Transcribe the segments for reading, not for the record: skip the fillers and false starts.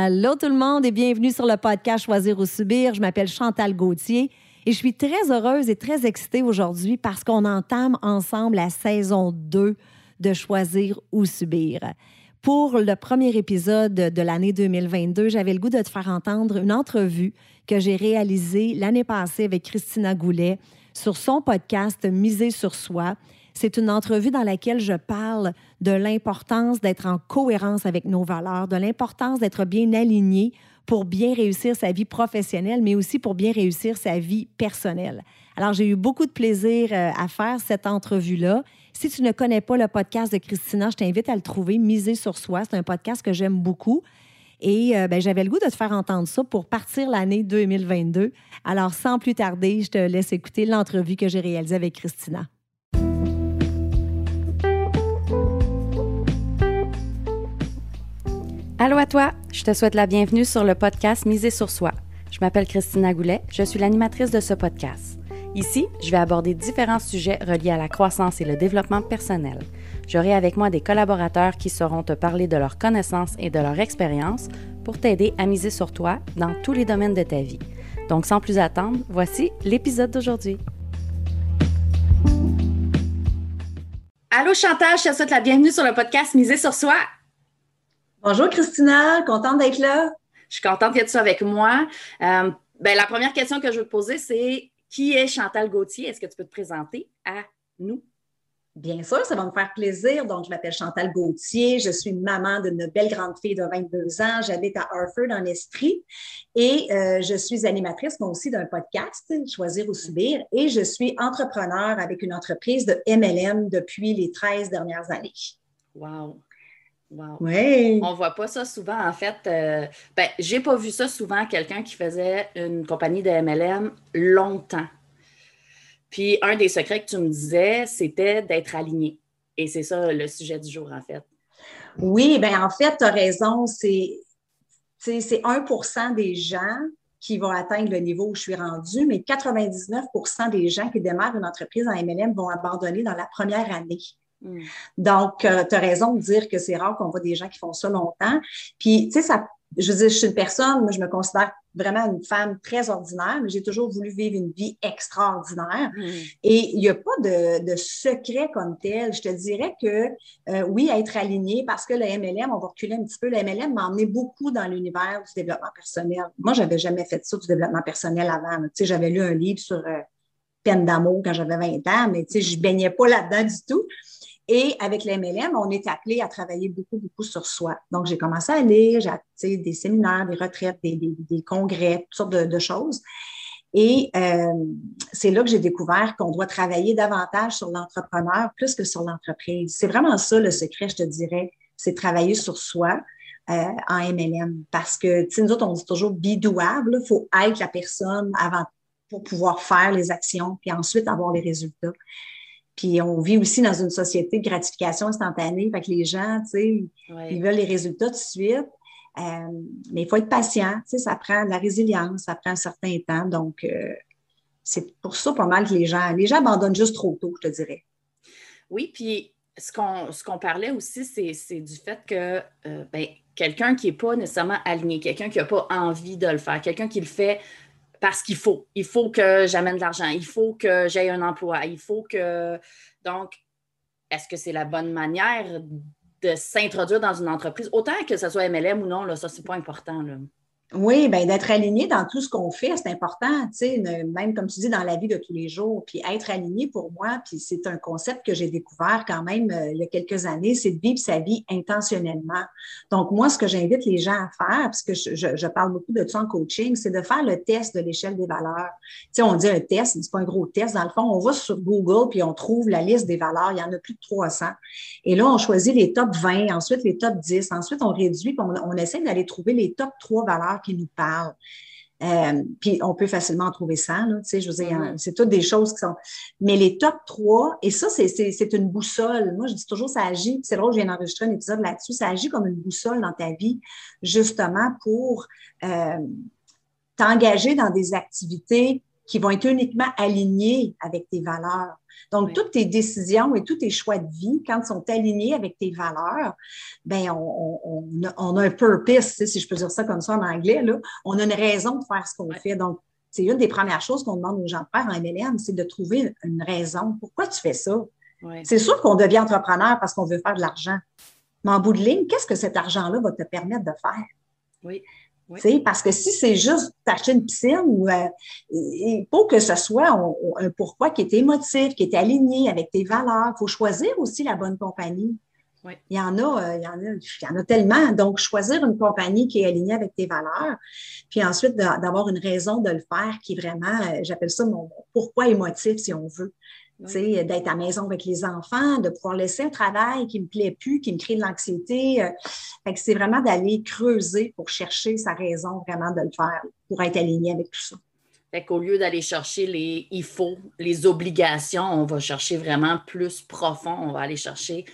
Allô tout le monde et bienvenue sur le podcast Choisir ou subir. Je m'appelle Chantal Gauthier et je suis très heureuse et très excitée aujourd'hui parce qu'on entame ensemble la saison 2 de Choisir ou subir. Pour le premier épisode de l'année 2022, j'avais le goût de te faire entendre une entrevue que j'ai réalisée l'année passée avec Christina Goulet sur son podcast Miser sur soi. C'est une entrevue dans laquelle je parle de l'importance d'être en cohérence avec nos valeurs, de l'importance d'être bien aligné pour bien réussir sa vie professionnelle, mais aussi pour bien réussir sa vie personnelle. Alors, j'ai eu beaucoup de plaisir à faire cette entrevue-là. Si tu ne connais pas le podcast de Christina, je t'invite à le trouver, Miser sur soi. C'est un podcast que j'aime beaucoup. Et j'avais le goût de te faire entendre ça pour partir l'année 2022. Alors, sans plus tarder, je te laisse écouter l'entrevue que j'ai réalisée avec Christina. Allô à toi, je te souhaite la bienvenue sur le podcast Miser sur soi. Je m'appelle Christina Goulet, je suis l'animatrice de ce podcast. Ici, je vais aborder différents sujets reliés à la croissance et le développement personnel. J'aurai avec moi des collaborateurs qui sauront te parler de leurs connaissances et de leur expérience pour t'aider à miser sur toi dans tous les domaines de ta vie. Donc sans plus attendre, voici l'épisode d'aujourd'hui. Allô Chantal, je te souhaite la bienvenue sur le podcast Miser sur soi. Bonjour Christina, contente d'être là. Je suis contente que tu sois avec moi. La première question que je veux te poser, c'est qui est Chantal Gauthier? Est-ce que tu peux te présenter à nous? Bien sûr, ça va me faire plaisir. Donc, je m'appelle Chantal Gauthier, je suis maman d'une belle grande fille de 22 ans, j'habite à Harford en Estrie et je suis animatrice moi aussi d'un podcast, Choisir ou subir, et je suis entrepreneur avec une entreprise de MLM depuis les 13 dernières années. Wow! Wow. Oui. On ne voit pas ça souvent, en fait. J'ai pas vu ça souvent, quelqu'un qui faisait une compagnie de MLM longtemps. Puis, un des secrets que tu me disais, c'était d'être aligné. Et c'est ça le sujet du jour, en fait. Oui, bien, en fait, tu as raison. C'est 1% des gens qui vont atteindre le niveau où je suis rendue, mais 99% des gens qui démarrent une entreprise en MLM vont abandonner dans la première année. Donc, tu as raison de dire que c'est rare qu'on voit des gens qui font ça longtemps. Puis, tu sais, je veux dire, je suis une personne, moi, je me considère vraiment une femme très ordinaire, mais j'ai toujours voulu vivre une vie extraordinaire. Et il n'y a pas de secret comme tel. Je te dirais que, oui, être aligné, parce que le MLM, on va reculer un petit peu, le MLM m'a emmené beaucoup dans l'univers du développement personnel. Moi, je n'avais jamais fait ça, du développement personnel avant. Tu sais, j'avais lu un livre sur peine d'amour quand j'avais 20 ans, mais tu sais, je ne baignais pas là-dedans du tout. Et avec l'MLM, on est appelé à travailler beaucoup, beaucoup sur soi. Donc, j'ai commencé à lire, j'ai des séminaires, des retraites, des congrès, toutes sortes de choses. Et c'est là que j'ai découvert qu'on doit travailler davantage sur l'entrepreneur plus que sur l'entreprise. C'est vraiment ça le secret, je te dirais, c'est travailler sur soi en MLM. Parce que, tu sais, nous autres, on dit toujours bidouable, il faut être la personne avant pour pouvoir faire les actions, puis ensuite avoir les résultats. Puis on vit aussi dans une société de gratification instantanée. Fait que les gens, tu sais, ils veulent les résultats tout de suite. Mais il faut être patient. Tu sais, ça prend de la résilience, ça prend un certain temps. Donc, c'est pour ça pas mal que les gens abandonnent juste trop tôt, je te dirais. Oui, puis ce qu'on parlait aussi, c'est du fait que quelqu'un qui n'est pas nécessairement aligné, quelqu'un qui n'a pas envie de le faire, quelqu'un qui le fait parce qu'il faut. Il faut que j'amène de l'argent. Il faut que j'aie un emploi. Il faut que... Donc, est-ce que c'est la bonne manière de s'introduire dans une entreprise? Autant que ce soit MLM ou non, là, ça, c'est pas important, là. Oui, bien, d'être aligné dans tout ce qu'on fait, c'est important, tu sais, même comme tu dis, dans la vie de tous les jours. Puis être aligné pour moi, puis c'est un concept que j'ai découvert quand même il y a quelques années, c'est de vivre sa vie intentionnellement. Donc, moi, ce que j'invite les gens à faire, parce que je parle beaucoup de ça en coaching, c'est de faire le test de l'échelle des valeurs. Tu sais, on dit un test, mais c'est pas un gros test. Dans le fond, on va sur Google, puis on trouve la liste des valeurs. Il y en a plus de 300. Et là, on choisit les top 20, ensuite les top 10, ensuite on réduit, puis on essaie d'aller trouver les top 3 valeurs qui nous parlent. Puis on peut facilement en trouver 100, là, tu sais, je veux dire, c'est toutes des choses qui sont... Mais les top 3, et ça, c'est une boussole. Moi, je dis toujours, ça agit, c'est drôle, je viens d'enregistrer un épisode là-dessus, ça agit comme une boussole dans ta vie, justement pour t'engager dans des activités qui vont être uniquement alignés avec tes valeurs. Donc, toutes tes décisions et tous tes choix de vie, quand ils sont alignés avec tes valeurs, ben on a un purpose, si je peux dire ça comme ça en anglais, là. On a une raison de faire ce qu'on fait. Donc, c'est une des premières choses qu'on demande aux gens de faire en MLM, c'est de trouver une raison. Pourquoi tu fais ça? Ouais. C'est sûr qu'on devient entrepreneur parce qu'on veut faire de l'argent. Mais en bout de ligne, qu'est-ce que cet argent-là va te permettre de faire? Oui. Oui. Parce que si c'est juste t'acheter une piscine, il faut que ce soit un pourquoi qui est émotif, qui est aligné avec tes valeurs. Il faut choisir aussi la bonne compagnie. Oui. Il y en a tellement. Donc, choisir une compagnie qui est alignée avec tes valeurs, puis ensuite d'avoir une raison de le faire qui est vraiment, j'appelle ça mon pourquoi émotif, si on veut. Oui. D'être à la maison avec les enfants, de pouvoir laisser un travail qui ne me plaît plus, qui me crée de l'anxiété. C'est vraiment d'aller creuser pour chercher sa raison vraiment de le faire, pour être aligné avec tout ça. Fait qu'au lieu d'aller chercher les « il faut », les obligations, on va chercher vraiment plus profond. On va aller chercher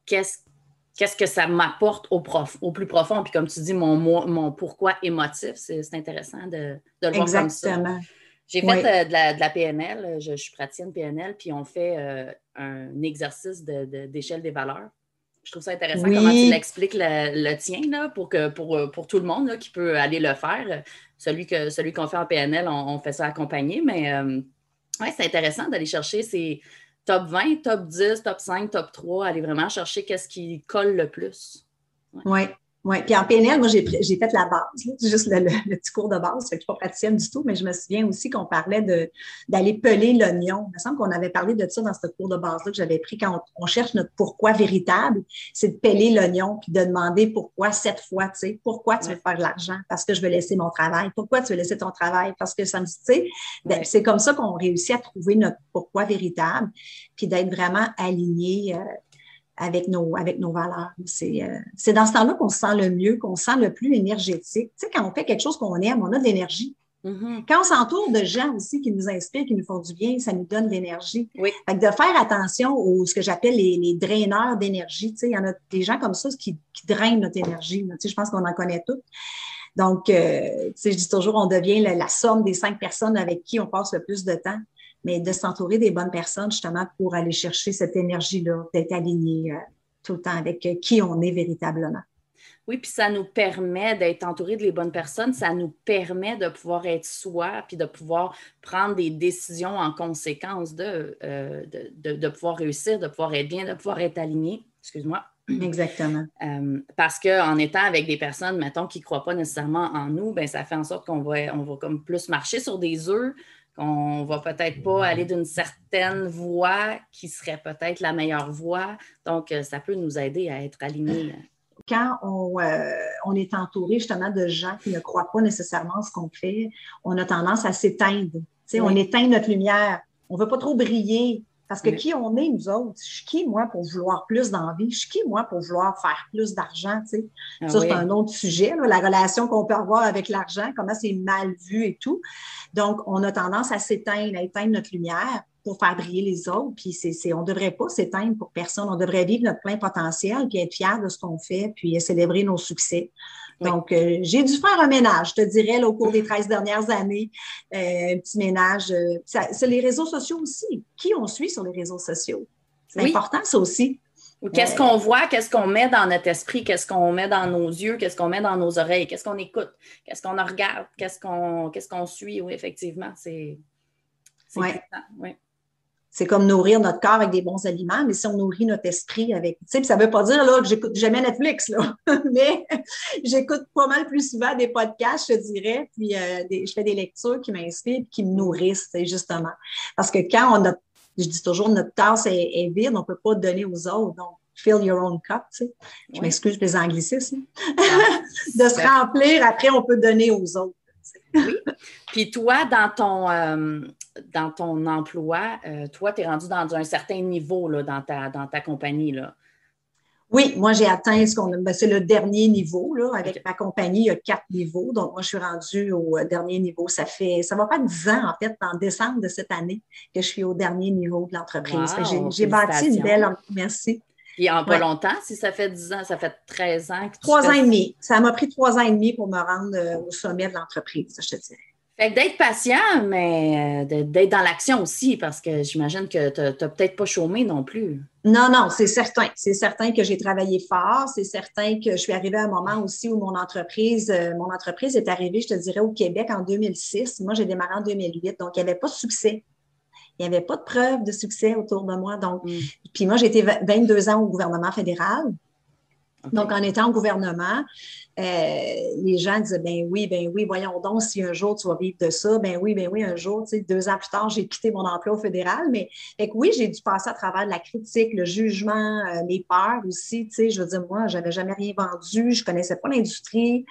qu'est-ce que ça m'apporte au plus profond. Puis comme tu dis, mon pourquoi émotif, c'est intéressant de le voir comme ça. Exactement. J'ai fait de la PNL, je suis praticienne PNL, puis on fait un exercice d'échelle des valeurs. Je trouve ça intéressant comment tu l'expliques le tien, là, pour tout le monde là, qui peut aller le faire. Celui qu'on fait en PNL, on fait ça accompagné, mais c'est intéressant d'aller chercher ces top 20, top 10, top 5, top 3, aller vraiment chercher qu'est-ce qui colle le plus. Oui. Oui, puis en PNL, moi, j'ai fait la base, là, juste le petit cours de base, fait que je ne suis pas praticienne du tout, mais je me souviens aussi qu'on parlait d'aller peler l'oignon. Il me semble qu'on avait parlé de ça dans ce cours de base-là que j'avais pris quand on cherche notre pourquoi véritable, c'est de peler l'oignon puis de demander pourquoi cette fois, tu sais, pourquoi tu veux faire de l'argent? Parce que je veux laisser mon travail. Pourquoi tu veux laisser ton travail? Parce que ça me dit, tu sais, c'est comme ça qu'on réussit à trouver notre pourquoi véritable puis d'être vraiment aligné avec nos valeurs. C'est dans ce temps-là qu'on se sent le mieux, qu'on se sent le plus énergétique. Tu sais, quand on fait quelque chose qu'on aime, on a de l'énergie. Mm-hmm. Quand on s'entoure de gens aussi qui nous inspirent, qui nous font du bien, ça nous donne de l'énergie. Oui. Fait que de faire attention aux ce que j'appelle les draineurs d'énergie. Tu sais, il y en a des gens comme ça qui drainent notre énergie. Tu sais, je pense qu'on en connaît tous. Donc, tu sais, je dis toujours, on devient la somme des 5 personnes avec qui on passe le plus de temps. Mais de s'entourer des bonnes personnes, justement, pour aller chercher cette énergie-là, d'être aligné tout le temps avec qui on est véritablement. Oui, puis ça nous permet d'être entouré de les bonnes personnes, ça nous permet de pouvoir être soi, puis de pouvoir prendre des décisions en conséquence de pouvoir réussir, de pouvoir être bien, de pouvoir être aligné. Excuse-moi. Exactement. Parce qu'en étant avec des personnes, mettons, qui ne croient pas nécessairement en nous, bien, ça fait en sorte qu'on va comme plus marcher sur des œufs, qu'on va peut-être pas aller d'une certaine voie qui serait peut-être la meilleure voie. Donc, ça peut nous aider à être alignés. Quand on est entouré justement de gens qui ne croient pas nécessairement en ce qu'on fait, on a tendance à s'éteindre. Tu sais, on éteint notre lumière. On ne veut pas trop briller. Parce que qui on est, nous autres? Je suis qui, moi, pour vouloir plus d'envie? Je suis qui, moi, pour vouloir faire plus d'argent? Tu sais? Ça, c'est un autre sujet, là, la relation qu'on peut avoir avec l'argent, comment c'est mal vu et tout. Donc, on a tendance à s'éteindre, à éteindre notre lumière pour faire briller les autres. Puis, on ne devrait pas s'éteindre pour personne. On devrait vivre notre plein potentiel, puis être fier de ce qu'on fait, puis célébrer nos succès. Oui. Donc, j'ai dû faire un ménage, je te dirais, là, au cours des 13 dernières années. Un petit ménage. C'est les réseaux sociaux aussi. Qui on suit sur les réseaux sociaux? C'est important, ça aussi. Qu'est-ce qu'on voit, qu'est-ce qu'on met dans notre esprit, qu'est-ce qu'on met dans nos yeux, qu'est-ce qu'on met dans nos oreilles, qu'est-ce qu'on écoute, qu'est-ce qu'on regarde, qu'est-ce qu'on suit. Oui, effectivement, c'est important. Oui. C'est comme nourrir notre corps avec des bons aliments, mais si on nourrit notre esprit avec... Tu sais, ça ne veut pas dire là, que j'écoute jamais Netflix, là, mais j'écoute pas mal plus souvent des podcasts, je dirais, puis je fais des lectures qui m'inspirent et qui me nourrissent, justement. Parce que quand je dis toujours, notre tasse est vide, on ne peut pas donner aux autres. Donc, fill your own cup, tu sais. Je m'excuse pour les anglicismes. De se remplir, après, on peut donner aux autres. Oui. Puis toi, dans ton emploi, toi, tu es rendu dans un certain niveau là, dans ta compagnie, là. Oui, moi, j'ai atteint c'est le dernier niveau. Là. Avec ma compagnie, il y a 4 niveaux. Donc, moi, je suis rendue au dernier niveau. Ça va faire 10 ans, en fait, en décembre de cette année, que je suis au dernier niveau de l'entreprise. Wow, j'ai bâti une belle... Merci. Puis en pas longtemps, si ça fait 10 ans, ça fait 13 ans que tu 3 ans et demi. Ça m'a pris 3 ans et demi pour me rendre au sommet de l'entreprise, je te dirais. Fait que d'être patient, mais d'être dans l'action aussi, parce que j'imagine que tu n'as peut-être pas chômé non plus. Non, non, c'est certain. C'est certain que j'ai travaillé fort. C'est certain que je suis arrivée à un moment aussi où mon entreprise est arrivée, je te dirais, au Québec en 2006. Moi, j'ai démarré en 2008, donc il n'y avait pas de succès. Il n'y avait pas de preuve de succès autour de moi. Donc, Puis moi, j'ai été 22 ans au gouvernement fédéral. Okay. Donc, en étant au gouvernement, les gens disaient, ben oui, voyons donc, si un jour tu vas vivre de ça, ben oui, un jour, tu sais, 2 ans plus tard, j'ai quitté mon emploi au fédéral, mais fait que oui, j'ai dû passer à travers de la critique, le jugement, les peurs aussi, tu sais, je veux dire, moi, je n'avais jamais rien vendu, je ne connaissais pas l'industrie,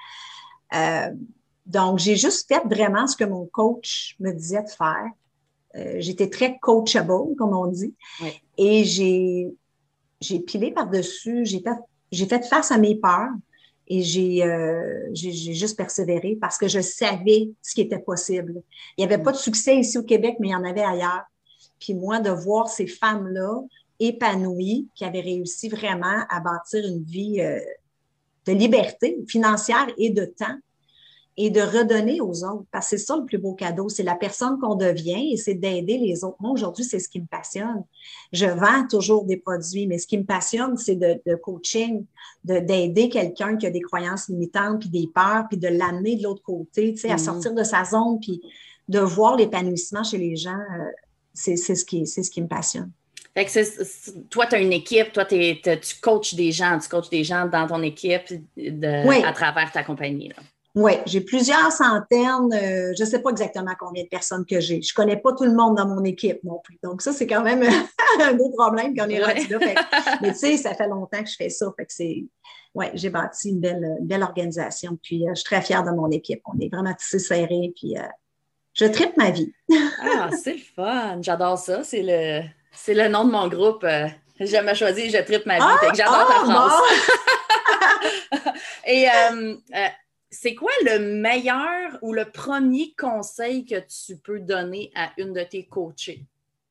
donc j'ai juste fait vraiment ce que mon coach me disait de faire. J'étais très coachable, comme on dit, oui. Et j'ai pilé par-dessus, j'ai fait face à mes peurs et j'ai juste persévéré parce que je savais ce qui était possible. Il n'y avait pas de succès ici au Québec, mais il y en avait ailleurs. Puis moi, de voir ces femmes-là épanouies, qui avaient réussi vraiment à bâtir une vie de liberté financière et de temps, et de redonner aux autres, parce que c'est ça le plus beau cadeau, c'est la personne qu'on devient et c'est d'aider les autres. Moi, aujourd'hui, c'est ce qui me passionne. Je vends toujours des produits, mais ce qui me passionne, c'est de coaching, d'aider quelqu'un qui a des croyances limitantes, puis des peurs, puis de l'amener de l'autre côté, tu sais, à sortir de sa zone, puis de voir l'épanouissement chez les gens, c'est ce qui me passionne. Fait que toi, tu as une équipe, toi, tu coaches des gens dans ton équipe oui. À travers ta compagnie, là. Oui, j'ai plusieurs centaines, je ne sais pas exactement combien de personnes que j'ai. Je ne connais pas tout le monde dans mon équipe non plus. Donc, ça, c'est quand même un gros problème qu'on est rendu là. Mais tu sais, ça fait longtemps que je fais ça. Fait que j'ai bâti une belle organisation. Puis, je suis très fière de mon équipe. On est vraiment tissés serrés. Puis, je tripe ma vie. Ah, c'est le fun. J'adore ça. C'est le nom de mon groupe. J'aime à choisir, je tripe ma vie. Fait que j'adore ta phrase. Bon. Et c'est quoi le meilleur ou le premier conseil que tu peux donner à une de tes coachées?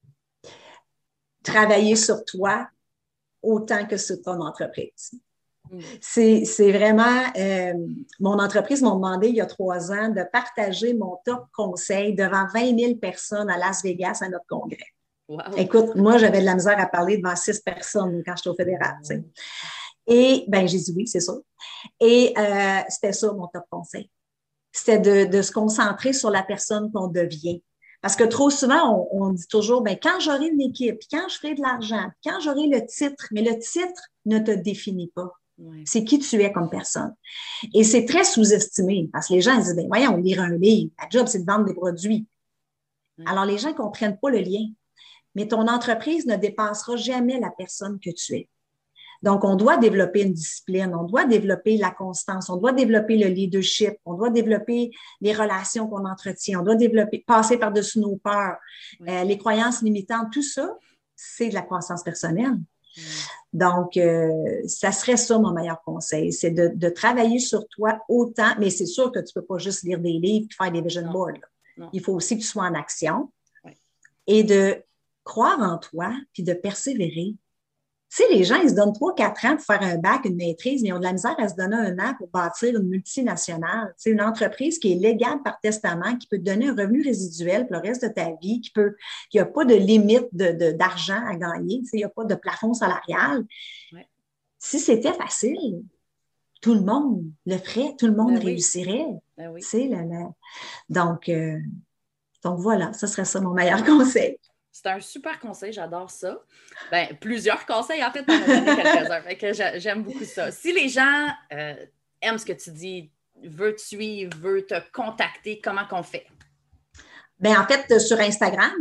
Travailler sur toi autant que sur ton entreprise. C'est vraiment, mon entreprise m'a demandé il y a 3 ans de partager mon top conseil devant 20 000 personnes à Las Vegas à notre congrès. Wow. Écoute, moi, j'avais de la misère à parler devant 6 personnes quand j'étais au fédéral. Tu sais. Et bien, j'ai dit oui, c'est ça. Et c'était ça mon top conseil. C'était de se concentrer sur la personne qu'on devient. Parce que trop souvent, on dit toujours, bien, quand j'aurai une équipe, quand je ferai de l'argent, quand j'aurai le titre, mais le titre ne te définit pas. Ouais. C'est qui tu es comme personne. Et c'est très sous-estimé parce que les gens disent, bien, voyons, lire un livre, la job, c'est de vendre des produits. Ouais. Alors, les gens ne comprennent pas le lien. Mais ton entreprise ne dépassera jamais la personne que tu es. Donc, on doit développer une discipline, on doit développer la constance, on doit développer le leadership, on doit développer les relations qu'on entretient, on doit passer par-dessus nos peurs, les croyances limitantes, tout ça, c'est de la croissance personnelle. Donc, ça serait ça mon meilleur conseil, c'est de travailler sur toi autant, mais c'est sûr que tu ne peux pas juste lire des livres et faire des vision boards. Il faut aussi que tu sois en action et de croire en toi puis de persévérer. Tu sais, les gens, ils se donnent 3-4 ans pour faire un bac, une maîtrise, mais ils ont de la misère à se donner 1 an pour bâtir une multinationale. Tu sais, une entreprise qui est légale par testament, qui peut te donner un revenu résiduel pour le reste de ta vie, qui n'a pas de limite d'argent à gagner, tu sais, il n'y a pas de plafond salarial. Ouais. Si c'était facile, tout le monde le ferait, tout le monde réussirait. Ben oui. Tu sais, Donc, voilà, ce serait ça mon meilleur conseil. C'est un super conseil, j'adore ça. Ben, plusieurs conseils, en fait, on a donné quelques-uns. Fait que j'aime beaucoup ça. Si les gens aiment ce que tu dis, veulent te suivre, veulent te contacter, comment qu'on fait? Bien, en fait, sur Instagram,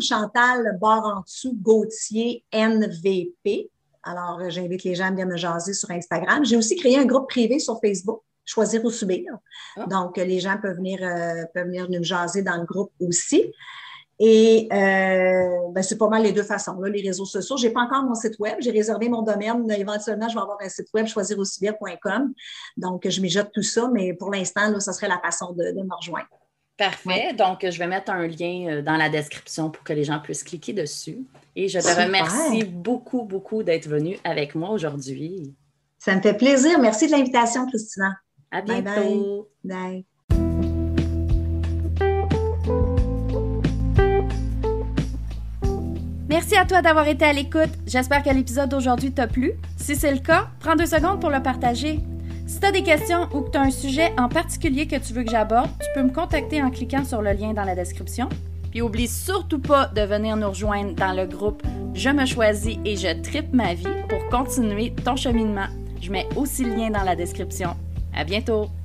Chantal-Gauthier NVP. Alors, j'invite les gens à venir me jaser sur Instagram. J'ai aussi créé un groupe privé sur Facebook, Choisir ou subir. Oh. Donc, les gens peuvent venir nous jaser dans le groupe aussi. Et c'est pas mal les 2 façons, là, les réseaux sociaux. Je n'ai pas encore mon site web. J'ai réservé mon domaine. Éventuellement, je vais avoir un site web, choisirousubir.com. Donc, je mijote tout ça, mais pour l'instant, là, ça serait la façon de me rejoindre. Parfait. Ouais. Donc, je vais mettre un lien dans la description pour que les gens puissent cliquer dessus. Et je te remercie beaucoup, beaucoup d'être venue avec moi aujourd'hui. Ça me fait plaisir. Merci de l'invitation, Christina. À bientôt. Bye. Bye. Merci à toi d'avoir été à l'écoute. J'espère que l'épisode d'aujourd'hui t'a plu. Si c'est le cas, prends 2 secondes pour le partager. Si tu as des questions ou que tu as un sujet en particulier que tu veux que j'aborde, tu peux me contacter en cliquant sur le lien dans la description. Puis oublie surtout pas de venir nous rejoindre dans le groupe « Je me choisis et je tripe ma vie » pour continuer ton cheminement. Je mets aussi le lien dans la description. À bientôt!